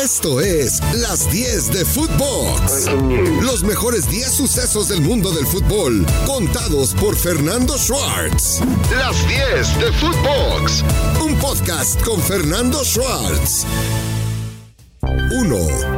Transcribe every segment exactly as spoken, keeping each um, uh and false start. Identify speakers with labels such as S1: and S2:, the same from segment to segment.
S1: Esto es Las diez de Footbox. Los mejores diez sucesos del mundo del fútbol, contados por Fernando Schwartz. Las diez de Footbox. Un podcast con Fernando Schwartz. uno.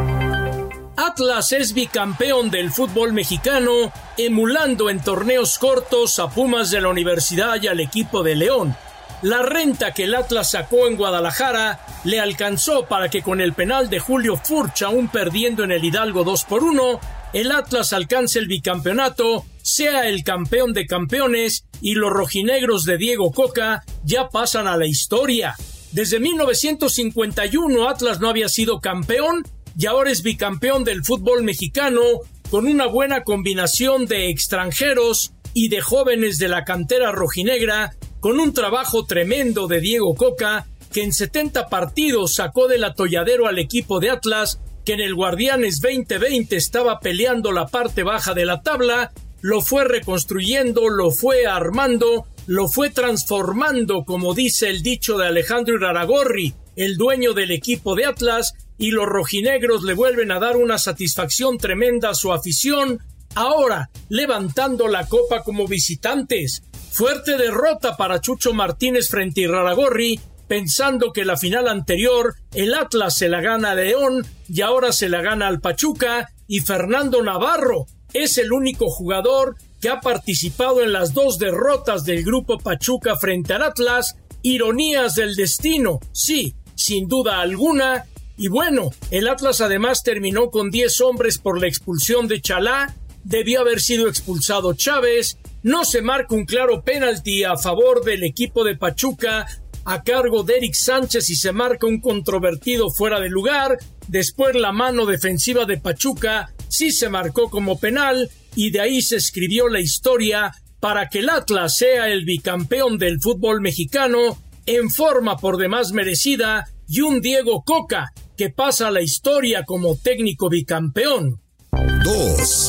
S2: Atlas es bicampeón del fútbol mexicano, emulando en torneos cortos a Pumas de la Universidad y al equipo de León. La renta que el Atlas sacó en Guadalajara le alcanzó para que con el penal de Julio Furch, aún perdiendo en el Hidalgo dos por uno, el Atlas alcance el bicampeonato, sea el campeón de campeones y los rojinegros de Diego Coca ya pasan a la historia. Desde mil novecientos cincuenta y uno Atlas no había sido campeón y ahora es bicampeón del fútbol mexicano con una buena combinación de extranjeros y de jóvenes de la cantera rojinegra, con un trabajo tremendo de Diego Coca, que en setenta partidos sacó del atolladero al equipo de Atlas, que en el Guardianes veinte veinte estaba peleando la parte baja de la tabla, lo fue reconstruyendo, lo fue armando, lo fue transformando, como dice el dicho de Alejandro Iraragorri, el dueño del equipo de Atlas, y los rojinegros le vuelven a dar una satisfacción tremenda a su afición, ahora levantando la copa como visitantes. Fuerte derrota para Chucho Martínez frente a Iraragorri, pensando que la final anterior el Atlas se la gana a León y ahora se la gana al Pachuca, y Fernando Navarro es el único jugador que ha participado en las dos derrotas del grupo Pachuca frente al Atlas. Ironías del destino, sí, sin duda alguna. Y bueno, el Atlas además terminó con diez hombres por la expulsión de Chalá, debió haber sido expulsado Chávez, no se marca un claro penalti a favor del equipo de Pachuca a cargo de Eric Sánchez y se marca un controvertido fuera de lugar. Después la mano defensiva de Pachuca sí se marcó como penal y de ahí se escribió la historia para que el Atlas sea el bicampeón del fútbol mexicano en forma por demás merecida, y un Diego Coca que pasa a la historia como técnico bicampeón.
S1: dos.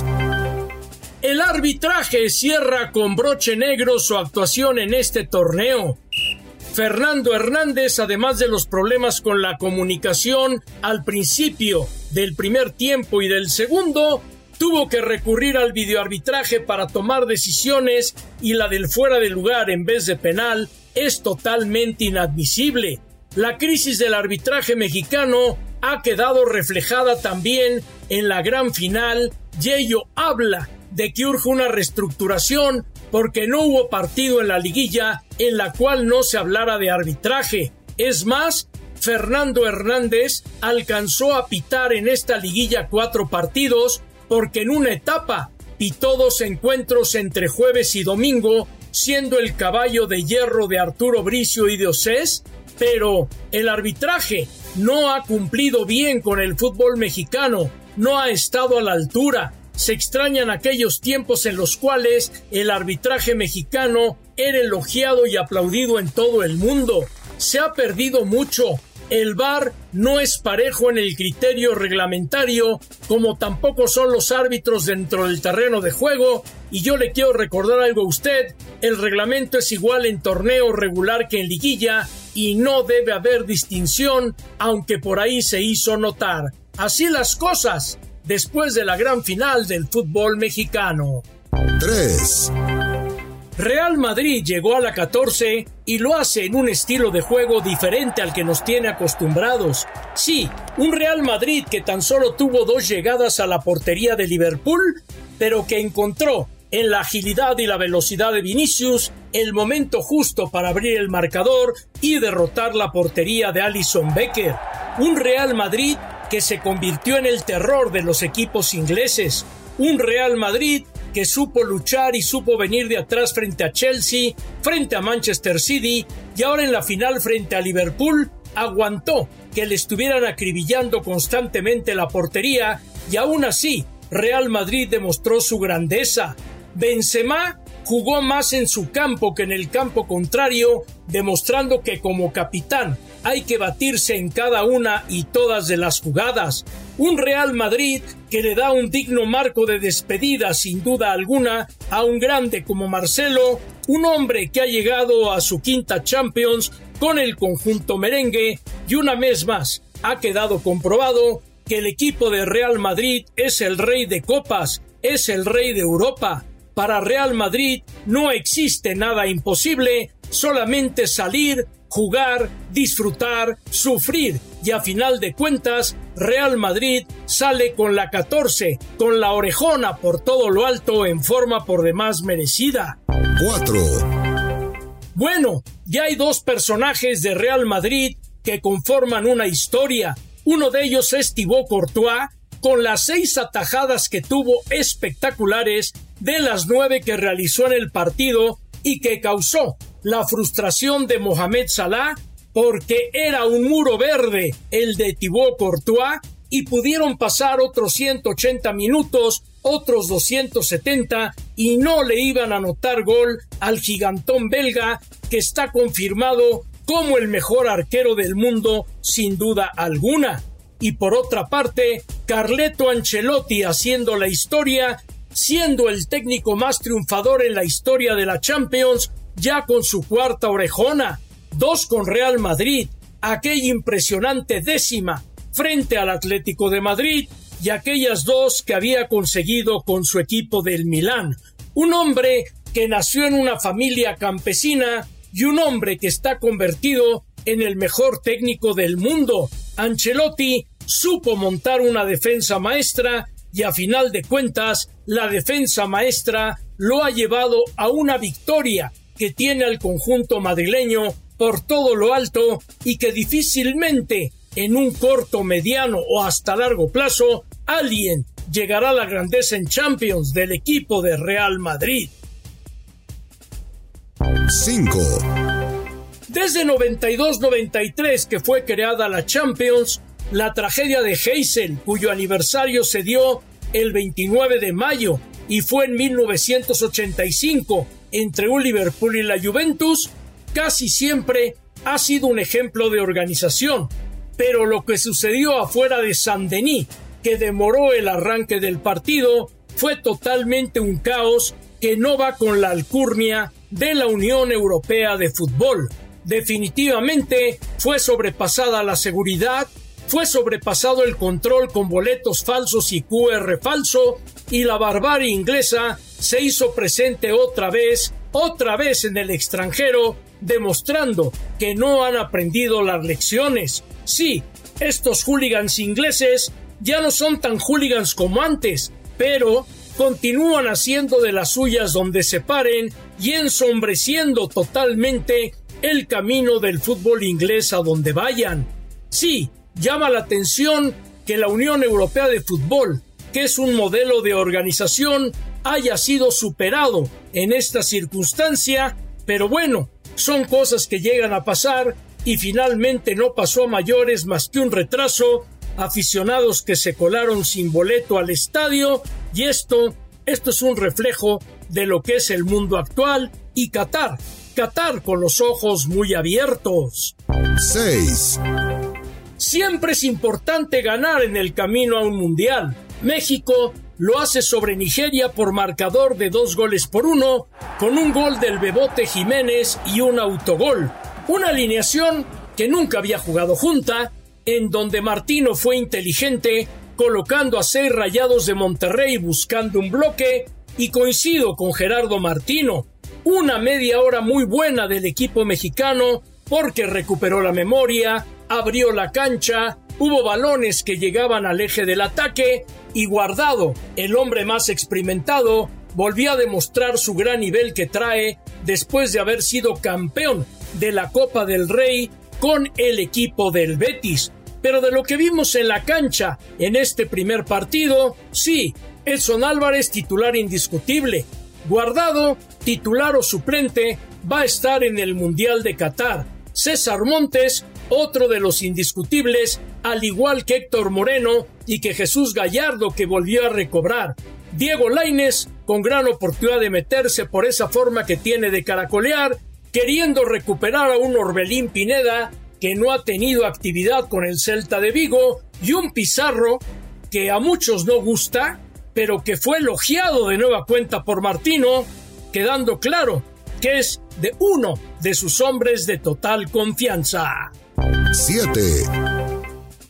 S2: El arbitraje cierra con broche negro su actuación en este torneo. Fernando Hernández, además de los problemas con la comunicación al principio del primer tiempo y del segundo, tuvo que recurrir al videoarbitraje para tomar decisiones, y la del fuera de lugar en vez de penal es totalmente inadmisible. La crisis del arbitraje mexicano ha quedado reflejada también en la gran final, y ello habla de que urge una reestructuración porque no hubo partido en la liguilla en la cual no se hablara de arbitraje. Es más, Fernando Hernández alcanzó a pitar en esta liguilla cuatro partidos porque en una etapa pitó dos encuentros entre jueves y domingo, siendo el caballo de hierro de Arturo Bricio y de Océs, pero el arbitraje no ha cumplido bien con el fútbol mexicano, no ha estado a la altura. Se extrañan aquellos tiempos en los cuales el arbitraje mexicano era elogiado y aplaudido en todo el mundo. Se ha perdido mucho. El V A R no es parejo en el criterio reglamentario, como tampoco son los árbitros dentro del terreno de juego, y yo le quiero recordar algo a usted: el reglamento es igual en torneo regular que en liguilla, y no debe haber distinción, aunque por ahí se hizo notar. Así las cosas después de la gran final del fútbol mexicano.
S1: tres.
S2: Real Madrid llegó a la catorce y lo hace en un estilo de juego diferente al que nos tiene acostumbrados. Sí, un Real Madrid que tan solo tuvo dos llegadas a la portería de Liverpool, pero que encontró en la agilidad y la velocidad de Vinicius el momento justo para abrir el marcador y derrotar la portería de Alisson Becker. Un Real Madrid que se convirtió en el terror de los equipos ingleses. Un Real Madrid que supo luchar y supo venir de atrás frente a Chelsea, frente a Manchester City, y ahora en la final frente a Liverpool aguantó que le estuvieran acribillando constantemente la portería, y aún así Real Madrid demostró su grandeza. Benzema jugó más en su campo que en el campo contrario, demostrando que como capitán hay que batirse en cada una y todas de las jugadas. Un Real Madrid que le da un digno marco de despedida, sin duda alguna, a un grande como Marcelo, un hombre que ha llegado a su quinta Champions con el conjunto merengue, y una vez más ha quedado comprobado que el equipo de Real Madrid es el rey de copas, es el rey de Europa. Para Real Madrid no existe nada imposible, solamente salir, jugar, disfrutar, sufrir, y a final de cuentas, Real Madrid sale con la catorce, con la orejona por todo lo alto en forma por demás merecida.
S1: cuatro.
S2: Bueno, ya hay dos personajes de Real Madrid que conforman una historia. Uno de ellos es Thibaut Courtois, con las seis atajadas que tuvo espectaculares de las nueve que realizó en el partido y que causó la frustración de Mohamed Salah, porque era un muro verde el de Thibaut Courtois y pudieron pasar otros ciento ochenta minutos, otros doscientos setenta y no le iban a anotar gol al gigantón belga, que está confirmado como el mejor arquero del mundo sin duda alguna. Y por otra parte, Carleto Ancelotti haciendo la historia, siendo el técnico más triunfador en la historia de la Champions, ya con su cuarta orejona, dos con Real Madrid, aquella impresionante décima frente al Atlético de Madrid y aquellas dos que había conseguido con su equipo del Milán. Un hombre que nació en una familia campesina y un hombre que está convertido en el mejor técnico del mundo. Ancelotti supo montar una defensa maestra y a final de cuentas la defensa maestra lo ha llevado a una victoria que tiene al conjunto madrileño por todo lo alto y que difícilmente en un corto, mediano o hasta largo plazo alguien llegará a la grandeza en Champions del equipo de Real Madrid.
S1: cinco.
S2: Desde noventa y dos noventa y tres que fue creada la Champions, la tragedia de Heysel, cuyo aniversario se dio el veintinueve de mayo y fue en mil novecientos ochenta y cinco entre un Liverpool y la Juventus, casi siempre ha sido un ejemplo de organización. Pero lo que sucedió afuera de Saint-Denis, que demoró el arranque del partido, fue totalmente un caos que no va con la alcurnia de la Unión Europea de Fútbol. Definitivamente fue sobrepasada la seguridad, fue sobrepasado el control con boletos falsos y Q R falso, y la barbarie inglesa se hizo presente otra vez, otra vez en el extranjero, demostrando que no han aprendido las lecciones. Sí, estos hooligans ingleses ya no son tan hooligans como antes, pero continúan haciendo de las suyas donde se paren y ensombreciendo totalmente el camino del fútbol inglés a donde vayan. Sí, llama la atención que la Unión Europea de Fútbol, que es un modelo de organización, haya sido superado en esta circunstancia, pero bueno, son cosas que llegan a pasar y finalmente no pasó a mayores más que un retraso, aficionados que se colaron sin boleto al estadio, y esto, esto es un reflejo de lo que es el mundo actual y Qatar, Qatar con los ojos muy abiertos.
S1: seis.
S2: Siempre es importante ganar en el camino a un mundial. México lo hace sobre Nigeria por marcador de dos goles por uno, con un gol del Bebote Jiménez y un autogol. Una alineación que nunca había jugado junta, en donde Martino fue inteligente, colocando a seis Rayados de Monterrey buscando un bloque, y coincido con Gerardo Martino. Una media hora muy buena del equipo mexicano, porque recuperó la memoria, abrió la cancha, hubo balones que llegaban al eje del ataque, y Guardado, el hombre más experimentado, volvió a demostrar su gran nivel que trae después de haber sido campeón de la Copa del Rey con el equipo del Betis. Pero de lo que vimos en la cancha en este primer partido, sí, Edson Álvarez titular indiscutible, Guardado titular o suplente, va a estar en el Mundial de Qatar. César Montes, otro de los indiscutibles, al igual que Héctor Moreno y que Jesús Gallardo, que volvió a recobrar. Diego Lainez, con gran oportunidad de meterse por esa forma que tiene de caracolear, queriendo recuperar a un Orbelín Pineda, que no ha tenido actividad con el Celta de Vigo, y un Pizarro, que a muchos no gusta, pero que fue elogiado de nueva cuenta por Martino, quedando claro que es de uno de sus hombres de total confianza.
S1: siete.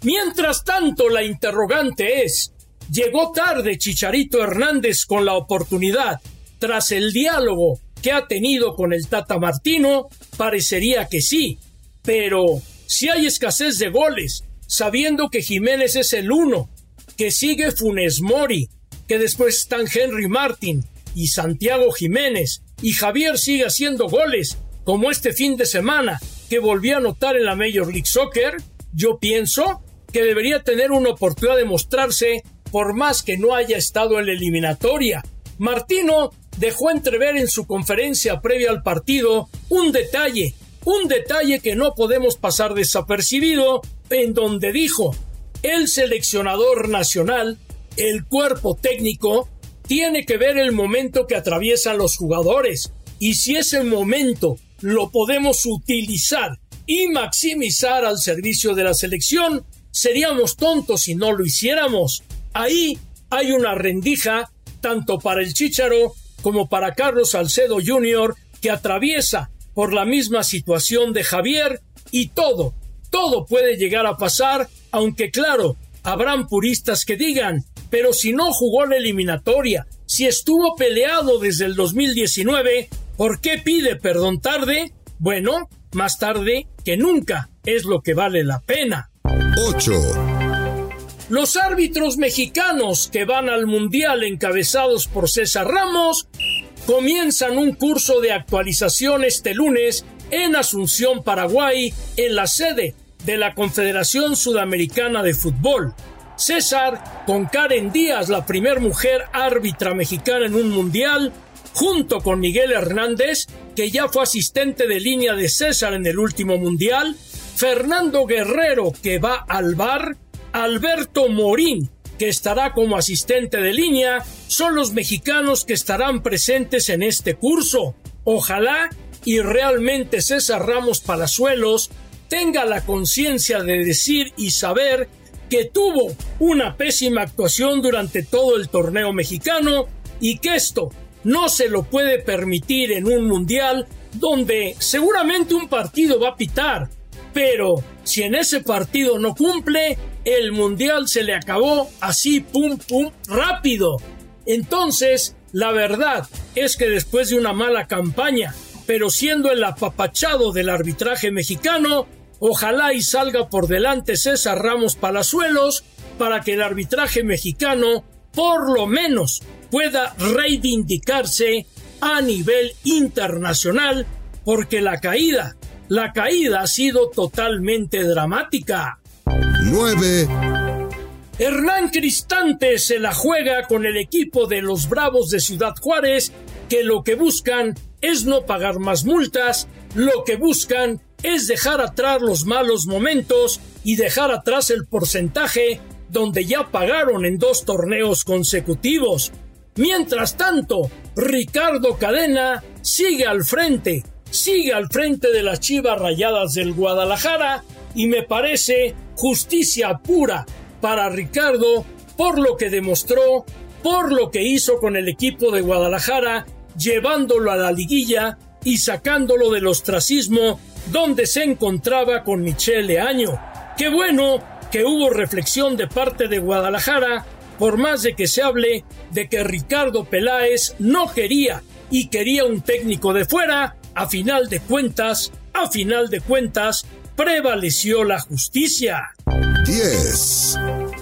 S2: Mientras tanto, la interrogante es, ¿llegó tarde Chicharito Hernández con la oportunidad tras el diálogo que ha tenido con el Tata Martino? Parecería que sí, pero si hay escasez de goles, sabiendo que Jiménez es el uno, que sigue Funes Mori, que después están Henry Martin y Santiago Jiménez, y Javier sigue haciendo goles, como este fin de semana, que volvió a anotar en la Major League Soccer, yo pienso que debería tener una oportunidad de mostrarse por más que no haya estado en la eliminatoria. Martino dejó entrever en su conferencia previa al partido un detalle, un detalle que no podemos pasar desapercibido, en donde dijo, el seleccionador nacional, el cuerpo técnico, tiene que ver el momento que atraviesan los jugadores, y si ese momento lo podemos utilizar y maximizar al servicio de la selección, seríamos tontos si no lo hiciéramos. Ahí hay una rendija tanto para el Chícharo como para Carlos Salcedo junior, que atraviesa por la misma situación de Javier, y todo, todo puede llegar a pasar, aunque claro, habrán puristas que digan, pero si no jugó la eliminatoria, si estuvo peleado desde el dos mil diecinueve, ¿por qué pide perdón tarde? Bueno, más tarde que nunca es lo que vale la pena.
S1: ocho.
S2: Los árbitros mexicanos que van al Mundial encabezados por César Ramos comienzan un curso de actualización este lunes en Asunción, Paraguay, en la sede de la Confederación Sudamericana de Fútbol. César, con Karen Díaz, la primer mujer árbitra mexicana en un mundial, junto con Miguel Hernández, que ya fue asistente de línea de César en el último mundial, Fernando Guerrero, que va al V A R, Alberto Morín, que estará como asistente de línea, son los mexicanos que estarán presentes en este curso. Ojalá y realmente César Ramos Palazuelos tenga la conciencia de decir y saber que tuvo una pésima actuación durante todo el torneo mexicano y que esto no se lo puede permitir en un mundial donde seguramente un partido va a pitar, pero si en ese partido no cumple, el mundial se le acabó así, pum, pum, rápido. Entonces, la verdad es que después de una mala campaña, pero siendo el apapachado del arbitraje mexicano, ojalá y salga por delante César Ramos Palazuelos para que el arbitraje mexicano, por lo menos, pueda reivindicarse a nivel internacional, porque la caída, la caída ha sido totalmente dramática.
S1: nueve.
S2: Hernán Cristante se la juega con el equipo de los Bravos de Ciudad Juárez, que lo que buscan es no pagar más multas, lo que buscan es dejar atrás los malos momentos y dejar atrás el porcentaje donde ya pagaron en dos torneos consecutivos. Mientras tanto, Ricardo Cadena sigue al frente, sigue al frente de las Chivas Rayadas del Guadalajara, y me parece justicia pura para Ricardo por lo que demostró, por lo que hizo con el equipo de Guadalajara, llevándolo a la liguilla y sacándolo del ostracismo donde se encontraba con Michelle Leaño. Qué bueno que hubo reflexión de parte de Guadalajara, por más de que se hable de que Ricardo Peláez no quería y quería un técnico de fuera, a final de cuentas, a final de cuentas, prevaleció la justicia.
S1: diez.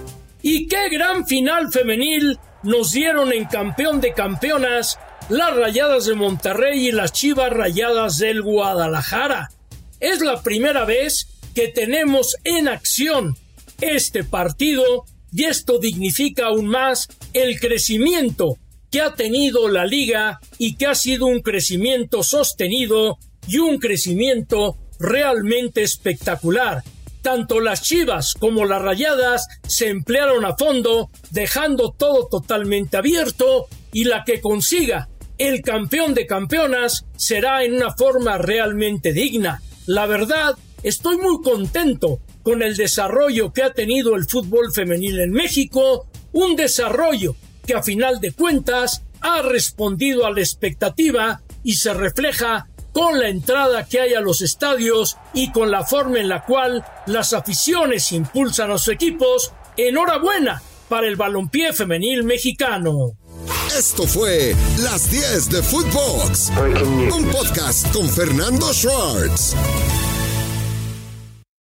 S2: Y qué gran final femenil nos dieron en campeón de campeonas las Rayadas de Monterrey y las Chivas Rayadas del Guadalajara. Es la primera vez que tenemos en acción este partido y esto dignifica aún más el crecimiento que ha tenido la liga y que ha sido un crecimiento sostenido y un crecimiento realmente espectacular. Tanto las Chivas como las Rayadas se emplearon a fondo, dejando todo totalmente abierto, y la que consiga el campeón de campeonas será en una forma realmente digna. La verdad, estoy muy contento con el desarrollo que ha tenido el fútbol femenil en México, un desarrollo que a final de cuentas ha respondido a la expectativa y se refleja con la entrada que hay a los estadios y con la forma en la cual las aficiones impulsan a sus equipos, enhorabuena para el balompié femenil mexicano.
S1: Esto fue Las diez de Footbox, un podcast con Fernando Schwartz.